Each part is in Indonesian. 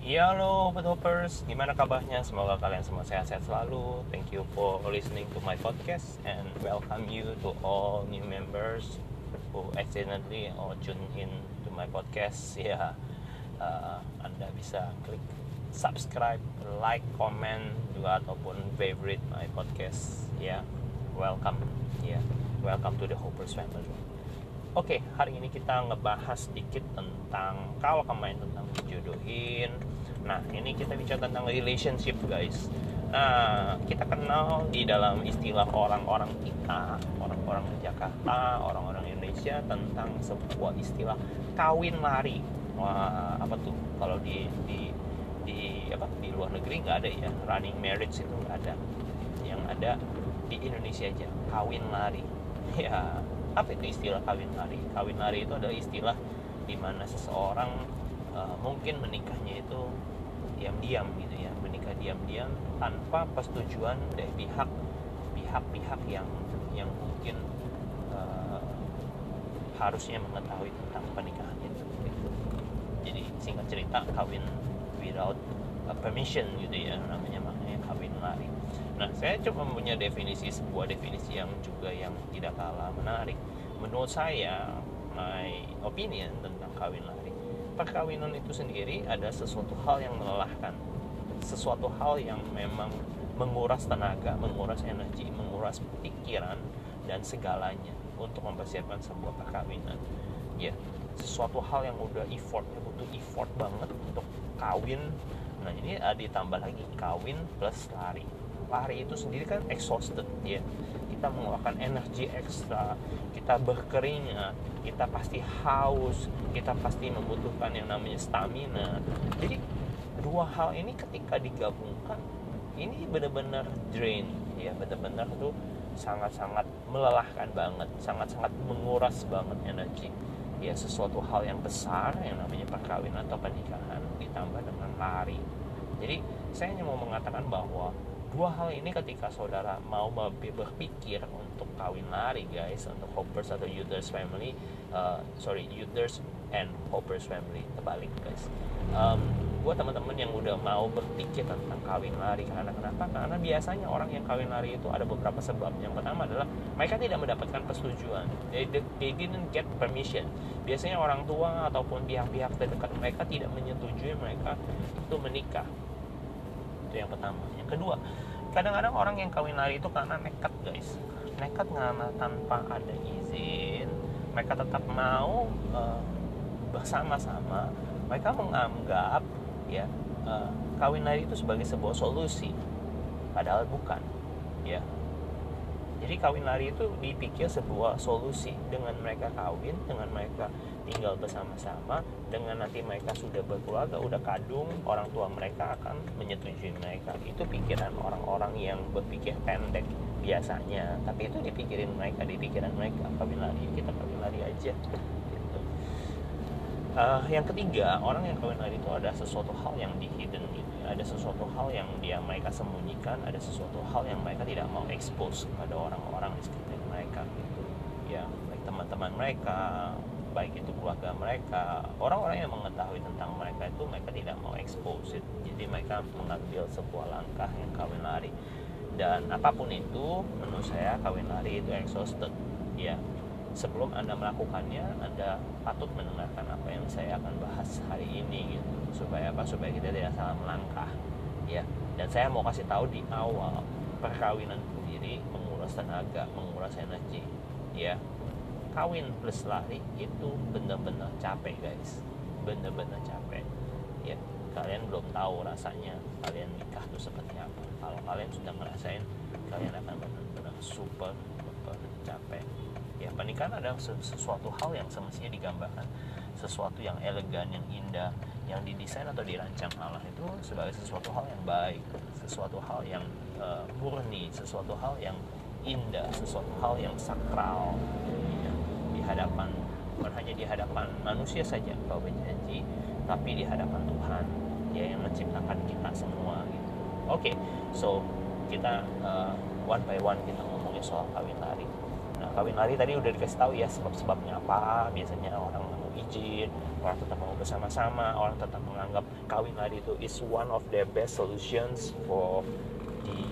Ya halo Hoppers, gimana kabarnya? Semoga kalian semua sehat-sehat selalu. Thank you for listening to my podcast and welcome you to all new members who accidentally or tune in to my podcast. Ya, Anda bisa klik subscribe, like, comment juga ataupun favorite my podcast. Ya, welcome to the Hoppers family. Oke, hari ini kita ngebahas sedikit tentang kalau kemarin tentang dijodohin. Nah, ini kita bicara tentang relationship, guys. Nah, kita kenal di dalam istilah orang-orang kita, orang-orang Jakarta, orang-orang Indonesia tentang sebuah istilah kawin lari. Wah, apa tuh? Kalau di luar negeri nggak ada ya, running marriage itu nggak ada. Yang ada di Indonesia aja, kawin lari. Ya, apa itu istilah kawin lari? Kawin lari itu adalah istilah di mana seseorang mungkin menikahnya itu diam-diam gitu ya, menikah diam-diam tanpa persetujuan dari pihak-pihak yang mungkin harusnya mengetahui tentang pernikahan itu. Jadi singkat cerita, kawin without permission gitu ya, makanya kawin lari. Nah, saya coba punya sebuah definisi yang juga yang tidak kalah menarik. Menurut saya, my opinion tentang kawin lari, perkawinan itu sendiri ada sesuatu hal yang melelahkan, sesuatu hal yang memang menguras tenaga, menguras energi, menguras pikiran dan segalanya untuk mempersiapkan sebuah perkawinan. Ya, sesuatu hal yang butuh effort banget untuk kawin. Nah, ini ditambah lagi kawin plus lari. Lari itu sendiri kan exhausted ya, kita mengeluarkan energi ekstra, kita berkeringat, kita pasti haus, kita pasti membutuhkan yang namanya stamina. Jadi dua hal ini ketika digabungkan, ini benar-benar drain ya, benar-benar tuh sangat-sangat melelahkan banget, sangat-sangat menguras banget energi ya. Sesuatu hal yang besar yang namanya perkawinan atau pernikahan ditambah dengan lari. Jadi saya hanya mau mengatakan bahwa dua hal ini ketika saudara mau berpikir untuk kawin lari, guys, untuk Hoppers atau Youthers family, Youthers and Hoppers family, terbalik, guys. Buat teman-teman yang udah mau berpikir tentang kawin lari, karena kenapa? Karena biasanya orang yang kawin lari itu ada beberapa sebab. Yang pertama adalah mereka tidak mendapatkan persetujuan, they didn't get permission. Biasanya orang tua ataupun pihak-pihak terdekat mereka tidak menyetujui mereka itu menikah. Itu yang pertama. Yang kedua, kadang-kadang orang yang kawin lari itu karena nekat, guys. Nekat karena tanpa ada izin, mereka tetap mau bersama-sama. Mereka menganggap ya kawin lari itu sebagai sebuah solusi, padahal bukan ya. Jadi kawin lari itu dipikir sebuah solusi. Dengan mereka kawin, dengan mereka tinggal bersama-sama, dengan nanti mereka sudah berkeluarga, udah kadung, orang tua mereka akan menyetujui mereka. Itu pikiran orang-orang yang berpikir pendek biasanya. Tapi itu di pikiran mereka, kawin lari, kita kawin lari aja gitu. Yang ketiga, orang yang kawin lari itu ada sesuatu hal yang hidden gitu. Ada sesuatu hal yang mereka sembunyikan, ada sesuatu hal yang mereka tidak mau expose kepada orang-orang di sekitar mereka gitu. Ya, baik teman-teman mereka, baik itu keluarga mereka, orang-orang yang mengetahui tentang mereka itu mereka tidak mau expose it. Jadi mereka mengambil sebuah langkah yang kawin lari. Dan apapun itu, menurut saya kawin lari itu exhausted ya. Sebelum Anda melakukannya, Anda patut mendengarkan apa yang saya akan bahas hari ini gitu. Supaya apa? Supaya kita tidak salah melangkah ya. Dan saya mau kasih tahu di awal, perkawinan sendiri menguras tenaga, menguras energi ya. Kawin plus lari itu benar-benar capek, guys. Benar-benar capek ya. Kalian belum tahu rasanya kalian nikah itu seperti apa. Kalau kalian sudah ngerasain, kalian akan benar-benar super capek ya. Pernikahan adalah sesuatu hal yang semestinya digambarkan, sesuatu yang elegan, yang indah, yang didesain atau dirancang Allah itu sebagai sesuatu hal yang baik, sesuatu hal yang murni, sesuatu hal yang indah, sesuatu hal yang sakral ya, di hadapan, bukan hanya di hadapan manusia saja kalau berjanji, tapi di hadapan Tuhan ya, yang menciptakan kita semua gitu. Oke, so kita one by one kita ngomongin soal kawin lari. Nah, kawin lari tadi udah dikasih tahu ya sebab-sebabnya apa. Biasanya orang mau izin, orang tetap mau bersama-sama, orang tetap menganggap kawin lari itu is one of the best solutions for the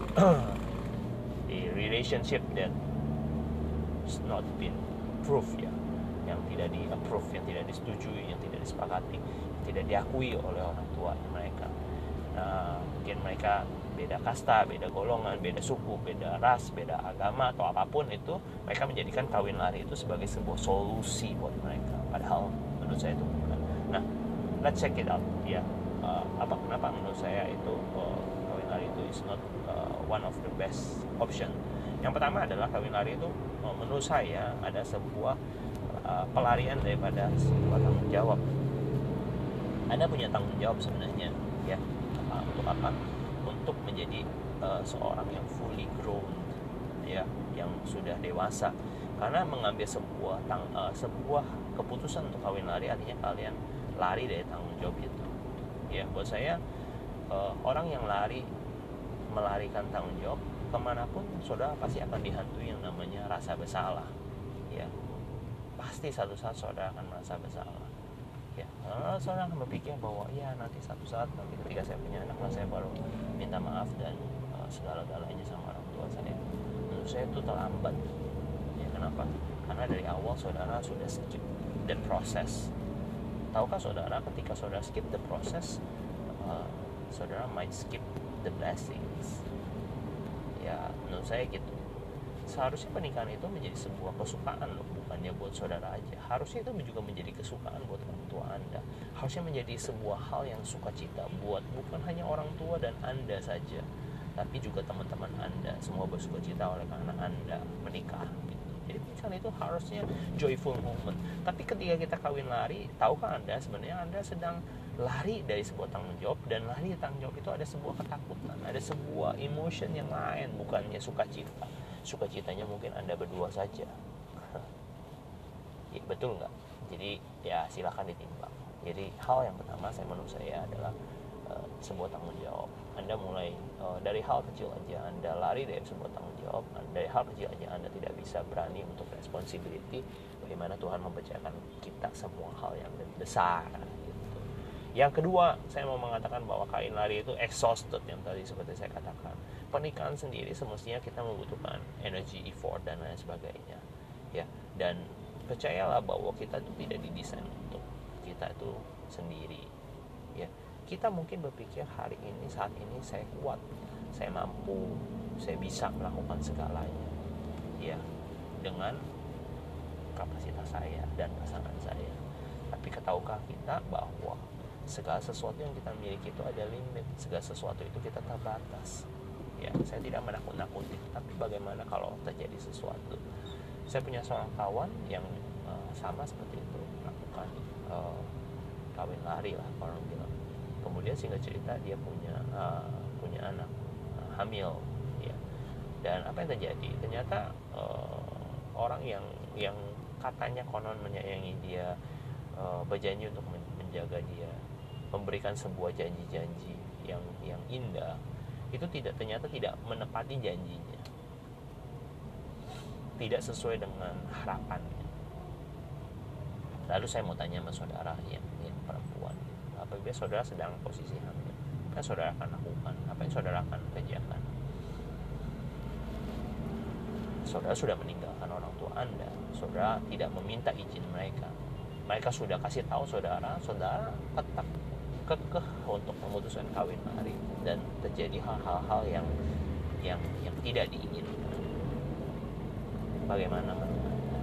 the relationship that is not been approved ya, yang tidak di approve, yang tidak disetujui, yang tidak disepakati, yang tidak diakui oleh orang tua mereka. Nah, mungkin mereka beda kasta, beda golongan, beda suku, beda ras, beda agama atau apapun itu, mereka menjadikan kawin lari itu sebagai sebuah solusi buat mereka. Padahal menurut saya itu bukan. Nah, let's check it out ya. Kenapa menurut saya itu kawin lari itu is not one of the best option. Yang pertama adalah kawin lari itu menurut saya ada sebuah pelarian daripada sebuah tanggung jawab. Anda punya tanggung jawab sebenarnya ya. Untuk apa? Untuk menjadi seorang yang fully grown ya, yang sudah dewasa. Karena mengambil sebuah keputusan untuk kawin lari artinya kalian lari dari tanggung jawab itu. Ya, buat saya orang yang melarikan tanggung jawab kemanapun, saudara pasti akan dihantui yang namanya rasa bersalah. Ya, pasti satu saat saudara akan merasa bersalah. Ya, saudara akan berpikir bahwa ya nanti satu saat nanti ketika saya punya anak, saya baru minta maaf dan segala-galanya sama orang tua saya. Menurut saya itu terlambat. Ya, kenapa? Karena dari awal saudara sudah skip the process. Tahukah saudara ketika saudara skip the process, saudara might skip the blessings. Ya, menurut saya gitu. Seharusnya pernikahan itu menjadi sebuah kesukaan loh, bukannya buat saudara aja. Harusnya itu juga menjadi kesukaan buat orang tua Anda. Harusnya menjadi sebuah hal yang sukacita buat bukan hanya orang tua dan Anda saja, tapi juga teman-teman Anda. Semua bersukacita oleh karena Anda menikah gitu. Jadi pernikahan itu harusnya joyful moment. Tapi ketika kita kawin lari, tahukah Anda sebenarnya Anda sedang lari dari sebuah tanggung jawab, dan lari dari tanggung jawab itu ada sebuah ketakutan, ada sebuah emotion yang lain, bukannya sukacita. Sukacitanya mungkin Anda berdua saja. Ya, betul nggak? Jadi ya silakan ditimbang. Jadi hal yang pertama menurut saya adalah sebuah tanggung jawab. Anda mulai dari hal kecil aja Anda lari dari sebuah tanggung jawab. Dari hal kecil aja Anda tidak bisa berani untuk responsibility. Bagaimana Tuhan mempercayakan kita semua hal yang besar gitu. Yang kedua, saya mau mengatakan bahwa kawin lari itu exhausted, yang tadi seperti saya katakan. Pernikahan sendiri semestinya kita membutuhkan energy, effort dan lain sebagainya. Ya, dan percayalah bahwa kita itu tidak didesain untuk kita itu sendiri. Ya, kita mungkin berpikir hari ini, saat ini saya kuat, saya mampu, saya bisa melakukan segalanya. Ya, dengan kapasitas saya dan pasangan saya. Tapi tahukah kita bahwa segala sesuatu yang kita miliki itu ada limit, segala sesuatu itu kita terbatas. Ya, saya tidak menakut-nakuti, tapi bagaimana kalau terjadi sesuatu? Saya punya seorang kawan yang sama seperti itu, melakukan kawin lari lah orang bilang. Kemudian singkat cerita dia punya anak hamil, ya. Dan apa yang terjadi? Ternyata orang yang katanya konon menyayangi dia, berjanji untuk menjaga dia, memberikan sebuah janji-janji yang indah, itu ternyata tidak menepati janjinya, tidak sesuai dengan harapannya. Lalu saya mau tanya sama saudara yang perempuan, apabila saudara sedang posisi hamil, apa yang saudara akan lakukan? Apa yang saudara akan kerjakan? Saudara sudah meninggalkan orang tua Anda, saudara tidak meminta izin mereka. Mereka sudah kasih tahu saudara tetap kekeh untuk memutuskan kawin lari, dan terjadi hal-hal yang tidak diinginkan. Bagaimana menurut Anda?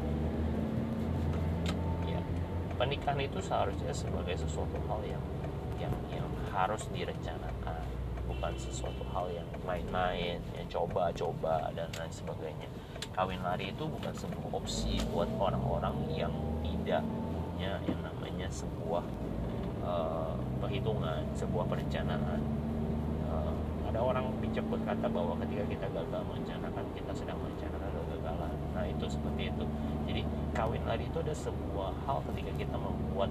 Ya, pernikahan itu seharusnya sebagai sesuatu hal yang harus direncanakan, bukan sesuatu hal yang main-main, yang coba-coba dan lain sebagainya. Kawin lari itu bukan sebuah opsi buat orang-orang yang tidak punya yang namanya sebuah perhitungan, sebuah perencanaan. Ada orang bijak berkata bahwa ketika kita gagal merencanakan, kita sedang merencanakan kegagalan. Nah, itu seperti itu. Jadi kawin lari itu ada sebuah hal ketika kita membuat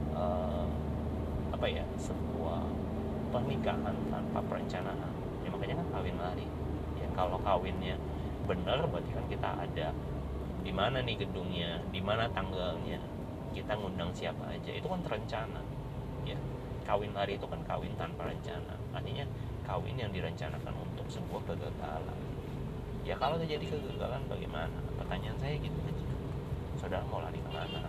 sebuah pernikahan tanpa perencanaan. Ya, makanya kan kawin lari. Ya, kalau kawinnya benar berarti kan kita ada di mana nih gedungnya, di mana tanggalnya, kita ngundang siapa aja, itu kan terencana ya. Kawin lari itu kan kawin tanpa rencana, artinya kawin yang direncanakan untuk sebuah kegagalan. Ya kalau terjadi kegagalan bagaimana? Pertanyaan saya gitu aja. Saudara mau lari kemana?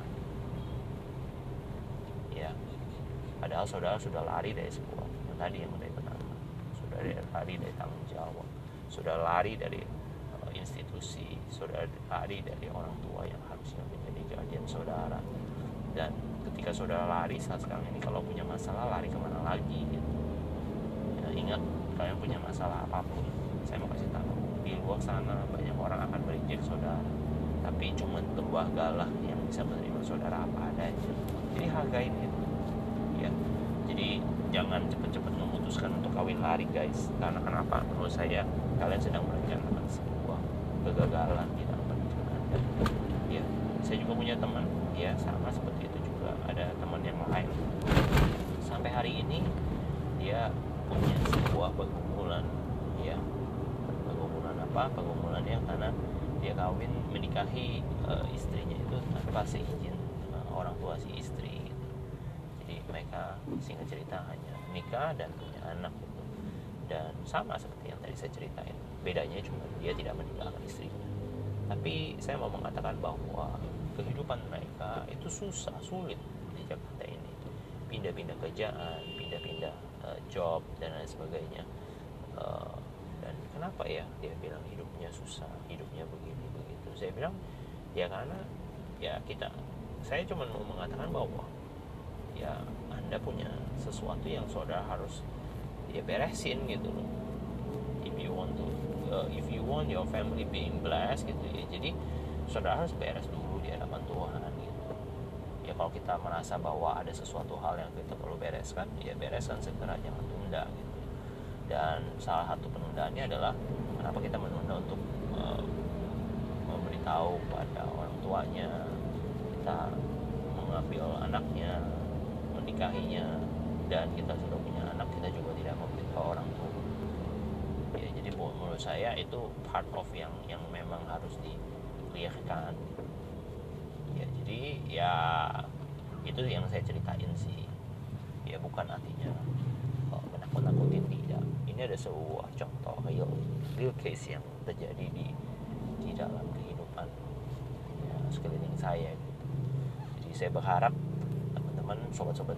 Ya, padahal saudara sudah lari dari sebuah yang tadi yang dari pertama, sudah lari dari tanggung jawab, sudah lari dari institusi, sudah lari dari orang tua yang harusnya menjadi guardian saudara. Dan ketika saudara lari saat sekarang ini, kalau punya masalah lari kemana lagi gitu ya. Ingat, kalian punya masalah apapun, saya mau kasih tahu, di luar sana banyak orang akan merinjek saudara, tapi cuma lembah galah yang bisa menerima saudara apa adanya. Jadi hargain itu ya. Jadi jangan cepat-cepat memutuskan untuk kawin lari guys. Karena kenapa? Menurut saya kalian sedang merencanakan sebuah kegagalan di dalam pernikahan Anda. Ya, saya juga punya teman ya sama seperti itu juga. Ada teman yang lain sampai hari ini dia punya sebuah pergumulan ya. Pergumulan apa? Pergumulannya karena dia kawin menikahi istrinya itu tanpa seizin orang tua si istri gitu. Jadi mereka singkat cerita hanya menikah dan punya anak gitu. Dan sama seperti yang tadi saya ceritain, bedanya cuma dia tidak meninggalkan istrinya. Tapi saya mau mengatakan bahwa kehidupan mereka itu sulit di Jakarta ini. Pindah-pindah kerjaan, pindah-pindah job dan lain sebagainya. Dan kenapa ya dia bilang hidupnya susah, hidupnya begini begitu. Saya bilang ya karena ya saya cuma mau mengatakan bahwa ya Anda punya sesuatu yang saudara harus ya beresin gitu loh. If you want your family being blessed gitu ya, jadi saudara harus beres dulu di hadapan Tuhan gitu ya. Kalau kita merasa bahwa ada sesuatu hal yang kita perlu bereskan, ya bereskan segera, jangan tunda gitu. Dan salah satu penundaannya adalah kenapa kita menunda untuk memberitahu pada orang tuanya kita mengambil anaknya, menikahinya, dan kita sudah punya anak, kita juga tidak memberitahu orang tua ya. Jadi menurut saya itu part of yang memang harus di-clearkan ya. Jadi ya itu yang saya ceritain sih ya, bukan artinya menakut-nakutin, tidak. Ini ada sebuah contoh real case yang terjadi di dalam kehidupan ya, sekeliling saya gitu. Jadi saya berharap teman-teman, sobat-sobat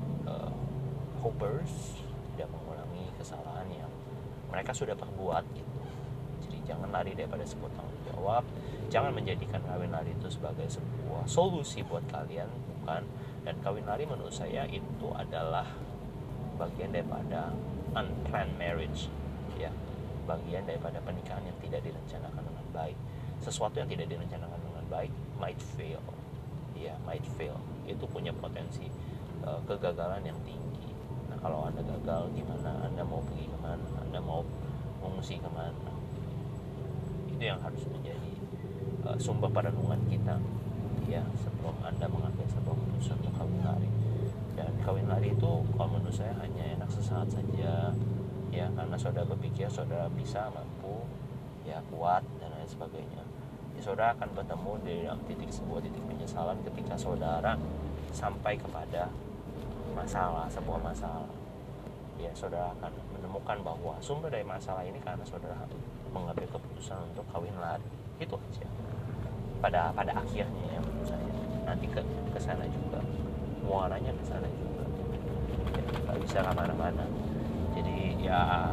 hopers tidak mengulangi kesalahan yang mereka sudah perbuat gitu. Jadi jangan lari daripada sebuah tanggung jawab, jangan menjadikan kawin lari itu sebagai sebuah solusi buat kalian, bukan. Dan kawin lari menurut saya itu adalah bagian daripada unplanned marriage ya, bagian daripada pernikahan yang tidak direncanakan dengan baik. Sesuatu yang tidak direncanakan dengan baik might fail ya, itu punya potensi kegagalan yang tinggi. Nah kalau Anda gagal, gimana? Anda mau pergi kemana? Anda mau mengungsi kemana? Itu yang harus menjadi sumber perenungan kita ya sebelum Anda mengambil sebuah keputusan untuk kawin lari. Dan kawin lari itu kalau menurut saya hanya enak sesaat saja ya, karena saudara berpikir saudara bisa, mampu ya, kuat dan lain sebagainya ya. Saudara akan bertemu di dalam sebuah titik penyesalan ketika saudara sampai kepada sebuah masalah ya. Saudara akan menemukan bahwa sumber dari masalah ini karena saudara mengambil keputusan untuk kawin lari. Itu aja pada akhirnya ya menurut saya. Nanti ke sana juga, muaranya ke sana juga ya, nggak bisa kemana-mana. Jadi ya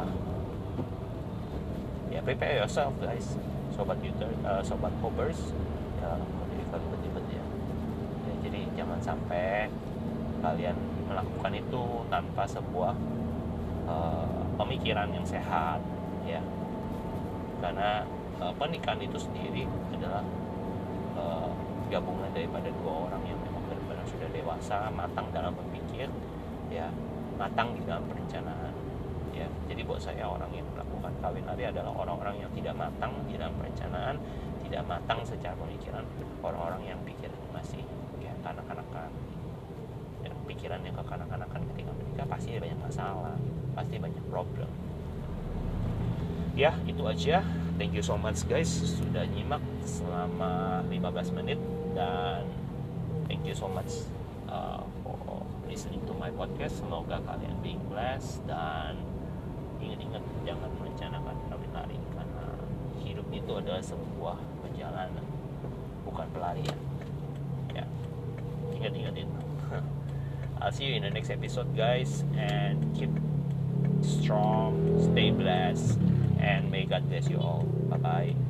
prepare yourself guys, sobat hoppers ya, menjadi ribet ya. Jadi jangan sampai kalian melakukan itu tanpa sebuah pemikiran yang sehat ya. Karena pernikahan itu sendiri adalah gabungan daripada dua orang yang memang benar-benar sudah dewasa, matang dalam berpikir ya, matang di dalam perencanaan ya. Jadi buat saya orang yang melakukan kawin lari adalah orang-orang yang tidak matang di dalam perencanaan, tidak matang secara pemikiran, orang-orang yang pikirnya masih ya kanak-kanakan. Dan pikiran yang kekanak-kanakan ketika menikah pasti banyak masalah, pasti banyak problem. Ya, itu aja thank you so much guys sudah nyimak selama 15 menit, dan thank you so much for listening to my podcast. Semoga kalian being blessed, dan ingat-ingat jangan merencanakan kawin lari, karena hidup itu adalah sebuah perjalanan, bukan pelarian ya. Ingat-ingat itu. I'll see you in the next episode guys, and keep strong, stay blessed, and may God bless you all. Bye bye.